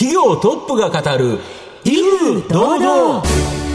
企業トップが語る威風堂々。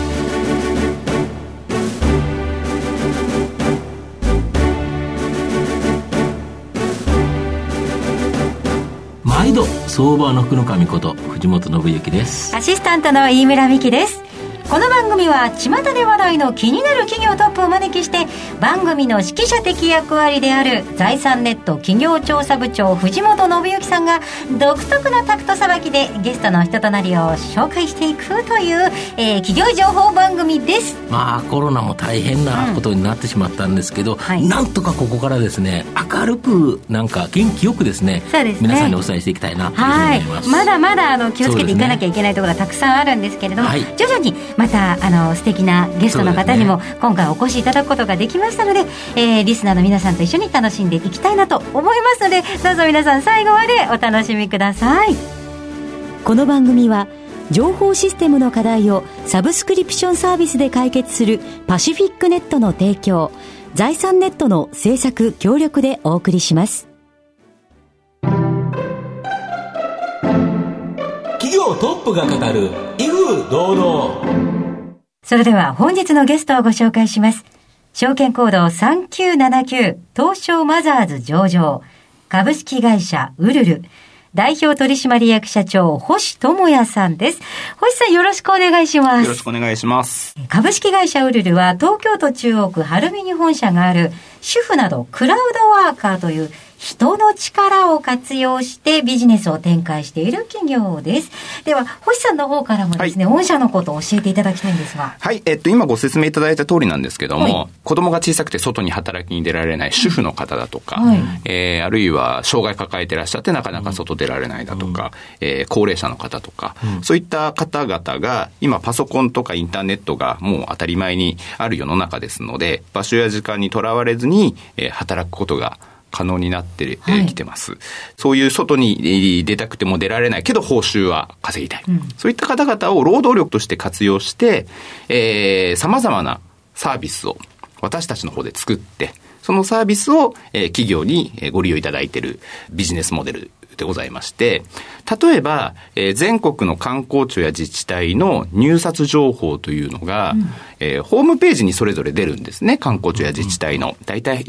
毎度相場の福の神こと藤本信之です。 アシスタントの飯村美希です。この番組は巷で話題の気になる企業トップをお招きして、番組の指揮者的役割である財産ネット企業調査部長藤本信之さんが独特なタクトさばきでゲストの人となりを紹介していくという、企業情報番組です。 コロナも大変なことになってしまったんですけど、なんとかここからですね、明るくなんか元気よくですね、皆さんにお伝えしていきたいなというふうに思います。 まだまだ気をつけていかなきゃいけないところがたくさんあるんですけれども、徐々にまた素敵なゲストの方にも今回お越しいただくことができましたので、リスナーの皆さんと一緒に楽しんでいきたいなと思いますので、どうぞ皆さん最後までお楽しみください。 この番組は情報システムの課題をサブスクリプションサービスで解決するパシフィックネットの提供、財産ネットの制作協力でお送りします。 企業トップが語る威風堂々。 それでは本日のゲストをご紹介します。証券コード3979東証マザーズ上場株式会社ウルル代表取締役社長星智也さんです。星さん、よろしくお願いします。 よろしくお願いします。 株式会社ウルルは東京都中央区晴海に本社がある主婦などクラウドワーカーという人の力を活用してビジネスを展開している企業です。では星さんの方からもですね、御社のことを教えていただきたいんですが。 はい、今ご説明いただいた通りなんですけども、子供が小さくて外に働きに出られない主婦の方だとか、あるいは障害抱えてらっしゃってなかなか外出られないだとか、高齢者の方とか、そういった方々が今パソコンとかインターネットがもう当たり前にある世の中ですので、場所や時間にとらわれずに、働くことが可能になってきてます、そういう外に出たくても出られないけど報酬は稼ぎたい、そういった方々を労働力として活用して、様々なサービスを私たちの方で作って、そのサービスを、企業にご利用いただいているビジネスモデルでございまして、例えば、全国の観光庁や自治体の入札情報というのが、ホームページにそれぞれ出るんですね。観光庁や自治体のだいたい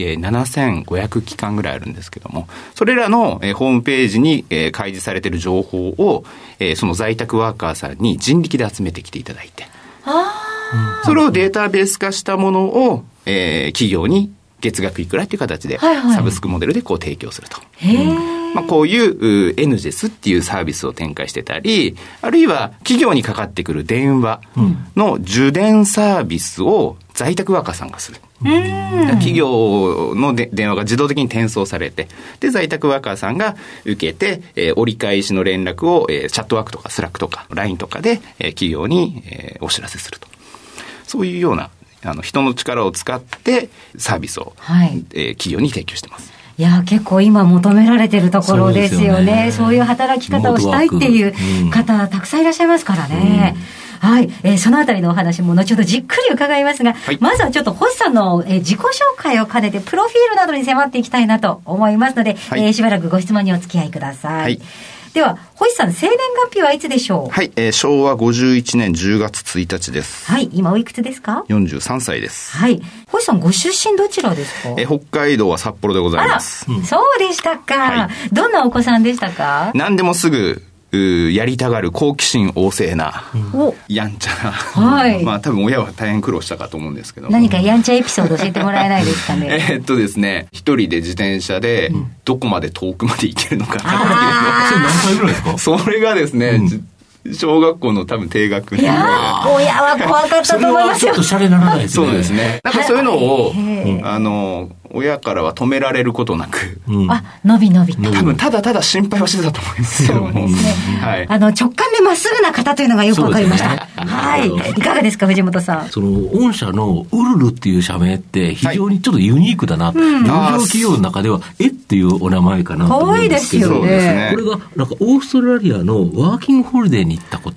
7500機関ぐらいあるんですけども、それらの、ホームページに、開示されている情報を、その在宅ワーカーさんに人力で集めてきていただいて、それをデータベース化したものを、企業に月額いくらという形でサブスクモデルでこう提供すると。こういうエヌジェスっていうサービスを展開してたり、あるいは企業にかかってくる電話の受電サービスを在宅ワーカーさんがする。企業の電話が自動的に転送されて、で在宅ワーカーさんが受けて、折り返しの連絡を、チャットワークとかスラックとか LINE とかで、企業に、お知らせすると。そういうような人の力を使ってサービスを、企業に提供してます。 いや、結構今求められているところですよね。そういう働き方をしたいっていう方、たくさんいらっしゃいますからね。そのあたりのお話も後ほどじっくり伺いますが、まずはちょっと星さんの自己紹介を兼ねてプロフィールなどに迫っていきたいなと思いますので、しばらくご質問にお付き合いください。では星さん、生年月日はいつでしょう？ 昭和51年10月1日です。 今おいくつですか ？43歳です。 星さん、ご出身どちらですか？ 北海道は札幌でございます。 そうでしたか。どんなお子さんでしたか？ 何でもすぐやりたがる好奇心旺盛な、やんちゃな、多分親は大変苦労したかと思うんですけど、 何かやんちゃエピソード教えてもらえないですかね？ ですね、一人で自転車でどこまで遠くまで行けるのかなっていうのそれ何歳ぐらいですか？ それがですね、小学校の多分低学年。 いや親は怖かったと思いますよ。 ちょっとシャレならないですね。 そうですね。なんかそういうのを、親からは止められることなく、 のびのびと多分ただただ心配はしてたと思いますけども、 そうですね、直感でまっすぐな方というのがよくわかりました。いかがですか、藤本さん？ その御社のウルルっていう社名って非常にちょっとユニークだな、上場企業の中ではっていうお名前かなと思うんですけど、 可愛いですよね。 これがなんかオーストラリアのワーキングホリデーに行ったこと、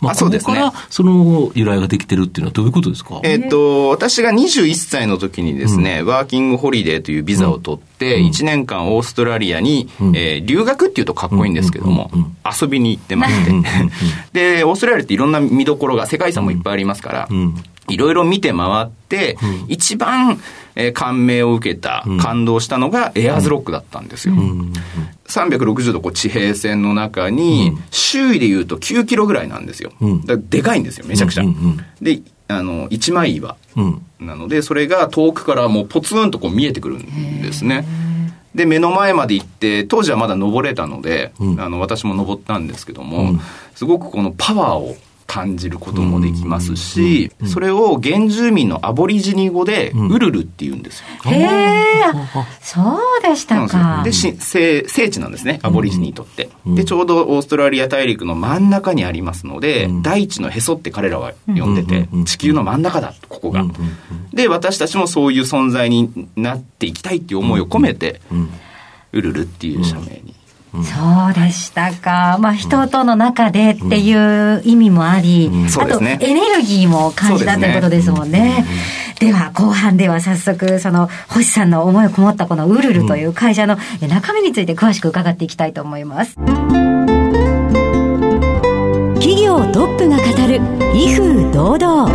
ここからその由来ができてるっていうのはどういうことですか？ 私が21歳の時にですね、ワーキングホリデーというビザを取って、1年間オーストラリアに、留学っていうとかっこいいんですけども、遊びに行ってまして、で、オーストラリアっていろんな見どころが、世界遺産もいっぱいありますから、いろいろ見て回って、一番、感銘を受けた、感動したのがエアーズロックだったんですよ。360度地平線の中に、周囲でいうと9キロぐらいなんですよ。だからでかいんですよ、めちゃくちゃ。で、一枚岩なので、それが遠くからもうポツンとこう見えてくるんですね。で、目の前まで行って、当時はまだ登れたので、私も登ったんですけども、すごくこのパワーを感じることもできますし、それを原住民のアボリジニ語でウルルって言うんですよ。 そうでしたか。 で、聖地なんですね、アボリジニにとって。で、ちょうどオーストラリア大陸の真ん中にありますので、大地のへそって彼らは呼んでて、地球の真ん中だ、ここが。で、私たちもそういう存在になっていきたいっていう思いを込めて、ウルルっていう社名に。 そうでしたか。人との中でっていう意味もあり、あとエネルギーも感じたということですもんね。では後半では早速その星さんの思いをこもったこのウルルという会社の中身について詳しく伺っていきたいと思います。 企業トップが語る威風堂々。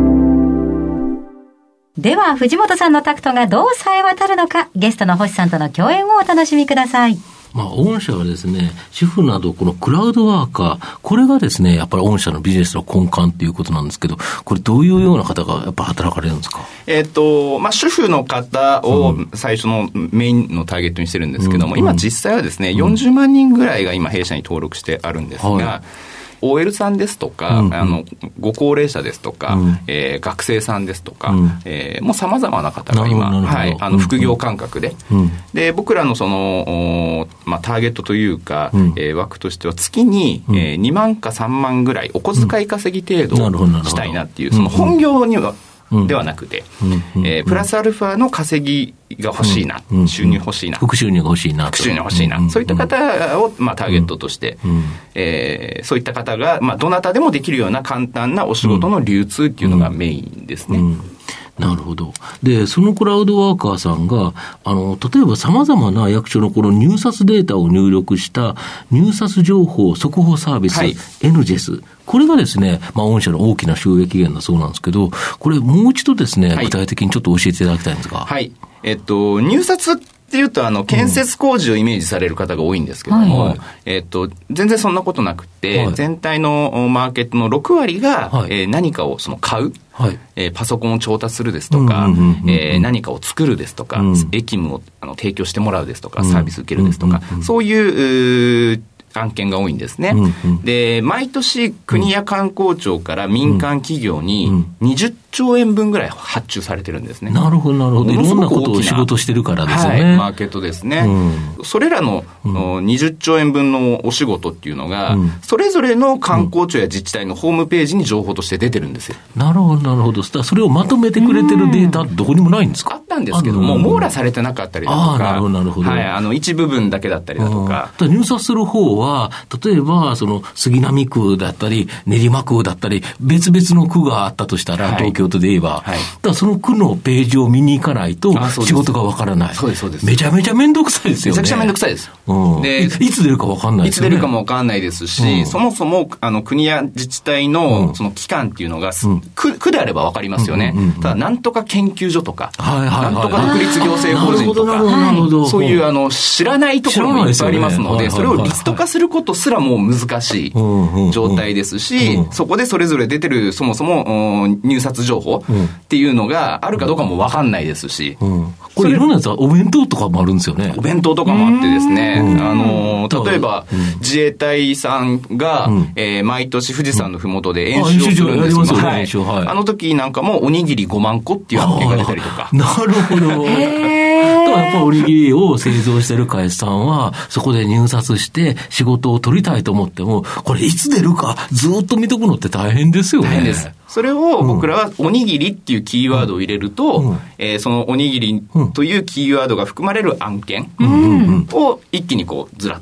では藤本さんのタクトがどう冴え渡るのか、ゲストの星さんとの共演をお楽しみください。 御社はですね、主婦などこのクラウドワーカー、これがですね、やっぱり御社のビジネスの根幹ということなんですけど、これどういうような方がやっぱ働かれるんですか？ 主婦の方を最初のメインのターゲットにしてるんですけども、今実際はですね、40万人ぐらいが今弊社に登録してあるんですが、OL さんですとか、ご高齢者ですとか、学生さんですとか、もう様々な方が今、副業感覚で、で、僕らのその、ターゲットというか、枠としては月に、2万か3万ぐらいお小遣い稼ぎ程度したいなっていう、その本業には、ではなくて、プラスアルファの稼ぎが欲しいな、収入欲しいな、 副収入が欲しいな、 そういった方を、ターゲットとして、そういった方が、どなたでもできるような簡単なお仕事の流通っていうのがメインですね。 なるほど。で、そのクラウドワーカーさんが、例えば様々な役所のこの入札データを入力した入札情報速報サービス、NGES。これがですね、御社の大きな収益源だそうなんですけど、これもう一度ですね、具体的にちょっと教えていただきたいんですが。 入札っていうと、建設工事をイメージされる方が多いんですけども、全然そんなことなくて、全体のマーケットの6割が、何かを買う。パソコンを調達するですとか、何かを作るですとか、役務を提供してもらうですとか、サービス受けるですとか、そういう案件が多いんですね。で、毎年国や観光庁から民間企業に20兆円分ぐらい発注されてるんですね。 なるほど、なるほど。いろんなことを仕事してるからですよね。 マーケットですね。それらの20兆円分のお仕事っていうのが、それぞれの観光庁や自治体のホームページに情報として出てるんですよ。 なるほど、なるほど。それをまとめてくれてるデータどこにもないんですか？ あったんですけども、網羅されてなかったりだとか、 なるほど、なるほど。 一部分だけだったりだとか。 入札する方は、例えば、杉並区だったり、練馬区だったり、別々の区があったとしたら、東京都で言えば、だその区のページを見に行かないと仕事がわからない。 そうです、そうです。 めちゃめちゃめんどくさいですよね。 めちゃくちゃめんどくさいです。 で、いつ出るかわかんないですよね。 いつ出るかもわかんないですし、そもそも国や自治体のその機関っていうのが、区であればわかりますよね。ただ、なんとか研究所とか、なんとか独立行政法人とか、そういう知らないところもいっぱいありますので、それをリスト化することすらもう難しい状態ですし、そこでそれぞれ出てるそもそも入札情報っていうのがあるかどうかも分かんないですし、 これいろんなやつはお弁当とかもあるんですよね。 お弁当とかもあってですね、例えば自衛隊さんが毎年富士山のふもとで演習をするんですけど、あの時なんかもおにぎり5万個っていう案件が出たりとか。 なるほど。やっぱおにぎりを製造してる会社さんはそこで入札して仕事を取りたいと思っても、これいつ出るかずっと見とくのって大変ですよね。 大変です。それを僕らはおにぎりっていうキーワードを入れると、そのおにぎりというキーワードが含まれる案件を一気にずらっと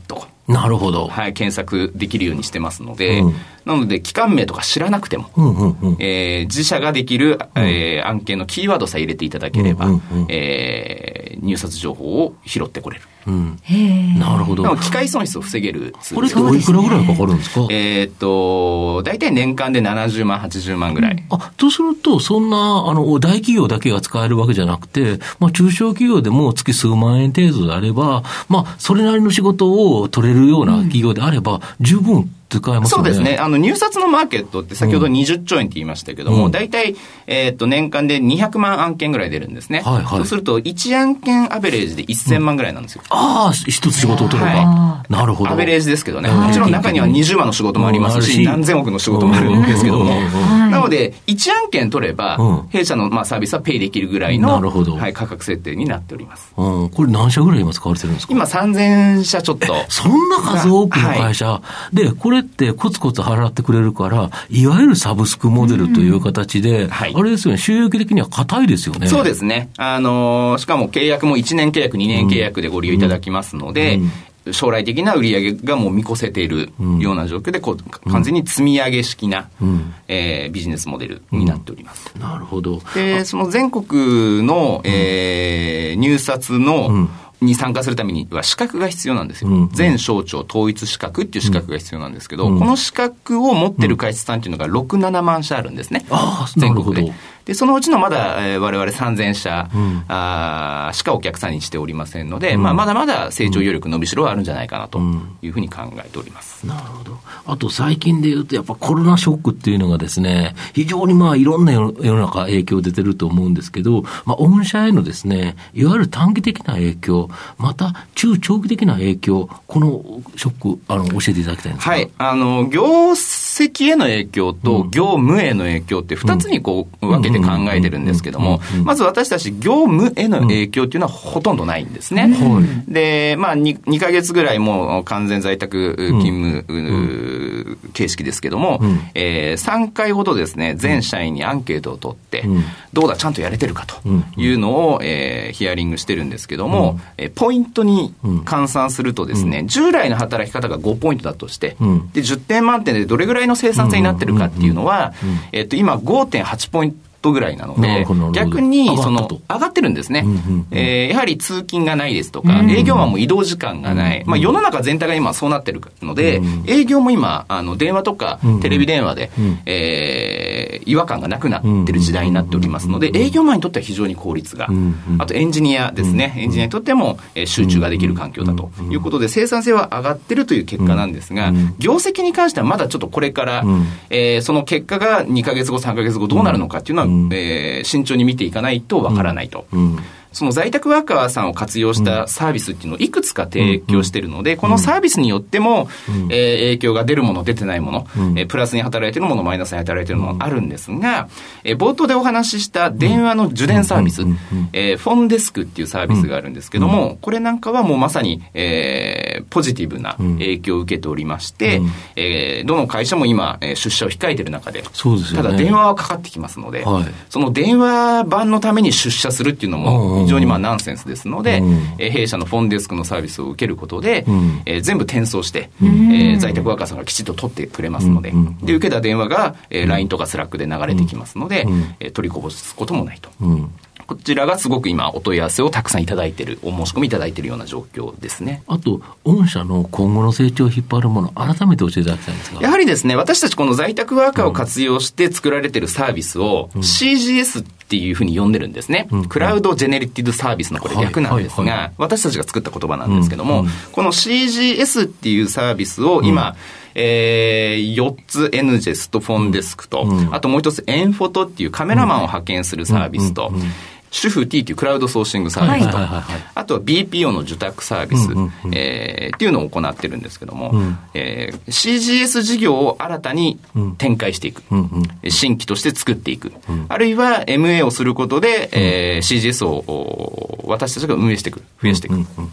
なるほど。 はい、検索できるようにしてますので、なので、機関名とか知らなくても、自社ができる、案件のキーワードさえ入れていただければ、入札情報を拾ってこれる。 なるほど。 機械損失を防げるツール。 これっておいくらぐらいかかるんですか？ 大体年間で70万、80万ぐらい。 とすると、そんな、大企業だけが使えるわけじゃなくて、中小企業でも月数万円程度であれば、それなりの仕事を取れるような企業であれば、十分使えますよね。 そうですね。入札のマーケットって先ほど20兆円って言いましたけども、大体、年間で200万案件ぐらい出るんですね。そうすると、1案件アベレージで1000万ぐらいなんですよ。 一つ仕事を取れば。なるほど。 アベレージですけどね。もちろん中には20万の仕事もありますし、何千億の仕事もあるんですけども。なので、1案件取れば、弊社のサービスはペイできるぐらいの価格設定になっております。 これ何社ぐらい今使われてるんですか？ 今3000社ちょっと。 そんな数多くの会社。で、これってコツコツ払ってくれるから、いわゆるサブスクモデルという形で、あれですよね、収益的には硬いですよね。 そうですね。しかも契約も1年契約、2年契約でご利用いただきますので、将来的な売り上げがもう見越せているような状況で、完全に積み上げ式な、ビジネスモデルになっております。 なるほど。 で、その全国の、入札の、に参加するためには資格が必要なんですよ。全省庁統一資格っていう資格が必要なんですけど、この資格を持ってる会社さんっていうのが6、7万社あるんですね。全国で。で、そのうちのまだ、我々3000社、しかお客さんにしておりませんので、まだまだ成長余力伸びしろはあるんじゃないかなというふうに考えております。 なるほど。あと最近で言うとやっぱコロナショックっていうのがですね、非常にいろんな世の中影響出てると思うんですけど、御社へのですね、いわゆる短期的な影響、また中長期的な影響、このショック、教えていただきたいんですか？ はい。業績への影響と業務への影響って2つに分けて考えてるんですけども、まず私たち業務への影響っていうのはほとんどないんですね。で、2ヶ月ぐらいもう完全在宅勤務形式ですけども、3回ほどですね、全社員にアンケートを取って、どうだ、ちゃんとやれてるかというのをヒアリングしてるんですけども、ポイントに換算するとですね、従来の働き方が5ポイントだとして、で、10点満点でどれぐらいの生産性になってるかっていうのは、今 5.8 ポイントぐらいなので、逆に上がってるんですね。やはり通勤がないですとか、営業マンも移動時間がない。世の中全体が今そうなってるので、営業も今、電話とかテレビ電話で、違和感がなくなってる時代になっておりますので、営業マンにとっては非常に効率が、あとエンジニアですね。エンジニアにとっても集中ができる環境だということで、生産性は上がってるという結果なんですが、業績に関してはまだちょっとこれから、その結果が2ヶ月後、3ヶ月後どうなるのかっていうのは、慎重に見ていかないとわからないと。その在宅ワーカーさんを活用したサービスっていうのをいくつか提供しているので、このサービスによっても、影響が出るもの、出てないもの、プラスに働いているもの、マイナスに働いているものあるんですが、冒頭でお話しした電話の受電サービス、フォンデスクっていうサービスがあるんですけども、これなんかはもうまさに、ポジティブな影響を受けておりまして、どの会社も今、出社を控えている中で、ただ電話はかかってきますので、その電話番のために出社するっていうのも、非常にナンセンスですので、弊社のフォンデスクのサービスを受けることで、全部転送して、在宅ワーカーさんがきちっと取ってくれますので、で受けた電話が、LINE とかスラックで流れてきますので、取りこぼすこともないと。こちらがすごく今お問い合わせをたくさんいただいている、お申し込みいただいているような状況ですね。 あと、御社の今後の成長を引っ張るもの、改めて教えていただきたいんですが。 やはりですね、私たちこの在宅ワーカーを活用して作られているサービスを CGS っていうふうに呼んでるんですね。クラウドジェネレティブサービスのこれ略なんですが、私たちが作った言葉なんですけども、この CGS っていうサービスを今、4つ NGES とフォンデスクと、あともう一つエンフォトっていうカメラマンを派遣するサービスと、主婦 T というクラウドソーシングサービスと、あとは BPO の受託サービス、っていうのを行ってるんですけども、CGS 事業を新たに展開していく、新規として作っていく、あるいは MA をすることで、CGS を私たちが運営していく、増やしていく。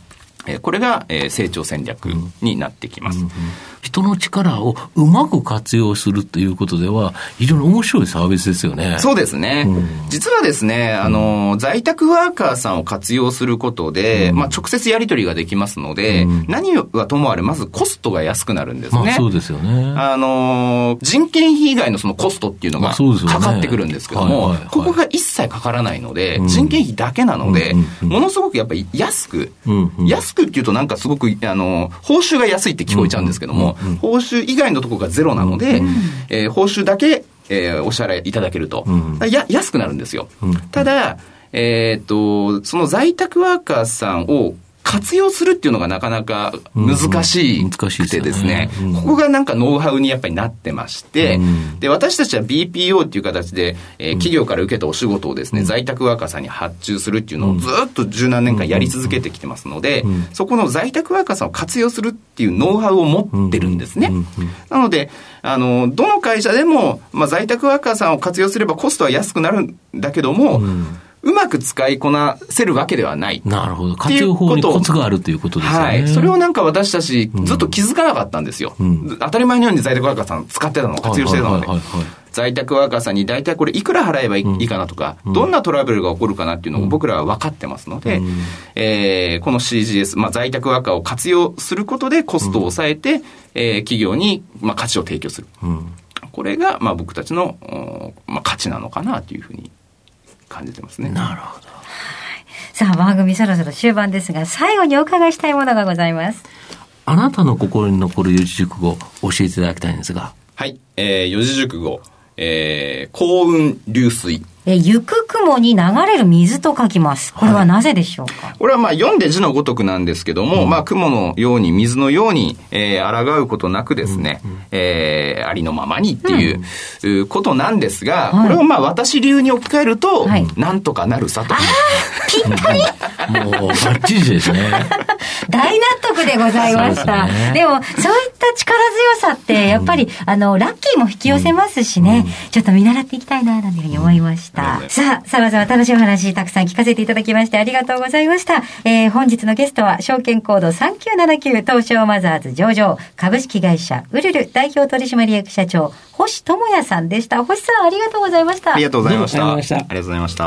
これが成長戦略になってきます。 人の力をうまく活用するということでは非常に面白いサービスですよね。 そうですね。実はですね、在宅ワーカーさんを活用することで、直接やり取りができますので、何はともあれまずコストが安くなるんですね。 そうですよね。 人件費以外のそのコストっていうのがかかってくるんですけども、ここが一切かからないので、人件費だけなので、ものすごくやっぱり安くっていうとなんかすごく報酬が安いって聞こえちゃうんですけども、報酬以外のところがゼロなので、報酬だけ、お支払いいただけると、安くなるんですよ。ただ、その在宅ワーカーさんを活用するっていうのがなかなか難しくてですね、ここがなんかノウハウにやっぱりなってまして、で、私たちは BPO っていう形で、企業から受けたお仕事をですね、在宅ワーカーさんに発注するっていうのをずっと十何年間やり続けてきてますので、そこの在宅ワーカーさんを活用するっていうノウハウを持ってるんですね。なので、どの会社でも、在宅ワーカーさんを活用すればコストは安くなるんだけども、うまく使いこなせるわけではない。 なるほど。活用法にコツがあるということですよね。はい。 それをなんか私たちずっと気づかなかったんですよ。当たり前のように在宅ワーカーさん使ってたの、活用してたので。在宅ワーカーさんに大体これいくら払えばいいかなとか、どんなトラブルが起こるかなっていうのを僕らは分かってますので、この CGS、在宅ワーカーを活用することでコストを抑えて、企業に価値を提供する。これが僕たちの価値なのかなというふうに感じてますね。 なるほど。 さあ、番組そろそろ終盤ですが、最後にお伺いしたいものがございます。 あなたの心に残る四字熟語教えていただきたいんですが。 はい、四字熟語、幸運流水。 行く雲に流れる水と書きます。これはなぜでしょうか。 これは読んで字のごとくなんですけども、雲のように水のように、抗うことなくですね、ありのままにっていう、ことなんですが、これを私流に置き換えると、なんとかなるさと。 ぴったりもうバッチリですね。 大納得でございました。でもそういった力強さってやっぱり、ラッキーも引き寄せますしね、ちょっと見習っていきたいななんていうふうに思いました。さあ、様々楽しいお話たくさん聞かせていただきましてありがとうございました。本日のゲストは証券コード3979東証マザーズ上場株式会社ウルル代表取締役社長星智也さんでした。星さん、ありがとうございました。 ありがとうございました。ありがとうございました。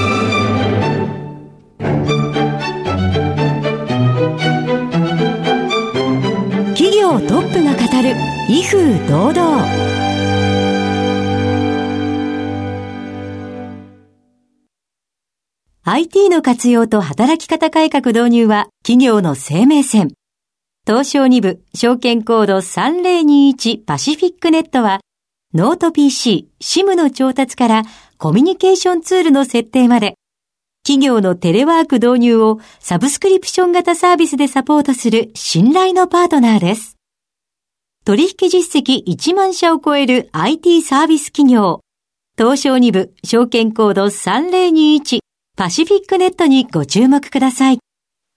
企業トップが語る威風堂々。IT の活用と働き方改革導入は企業の生命線。東証2部証券コード3021パシフィックネットはノート PC、SIM の調達からコミュニケーションツールの設定まで企業のテレワーク導入をサブスクリプション型サービスでサポートする信頼のパートナーです。取引実績1万社を超える IT サービス企業。東証2部証券コード3021パシフィックネットにご注目ください。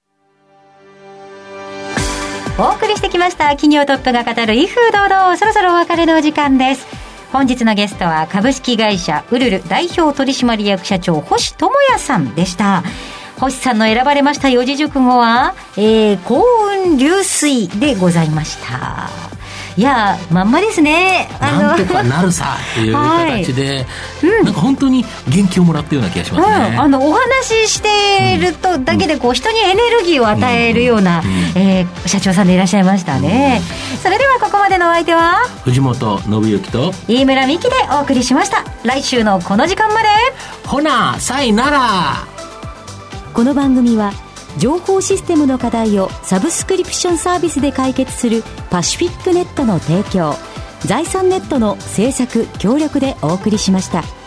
お送りしてきました企業トップが語る威風堂々、そろそろお別れのお時間です。本日のゲストは株式会社ウルル代表取締役社長星智也さんでした。星さんの選ばれました四字熟語は、幸運流水でございました。いや、まんまですね。 なんとかなるさっていう形で、なんか本当に元気をもらったような気がしますね。 お話ししているとだけでこう人にエネルギーを与えるような、社長さんでいらっしゃいましたね。それではここまでのお相手は藤本信之と飯村美希でお送りしました。来週のこの時間までほなさいなら。 この番組は情報システムの課題をサブスクリプションサービスで解決するパシフィックネットの提供、財産ネットの制作協力でお送りしました。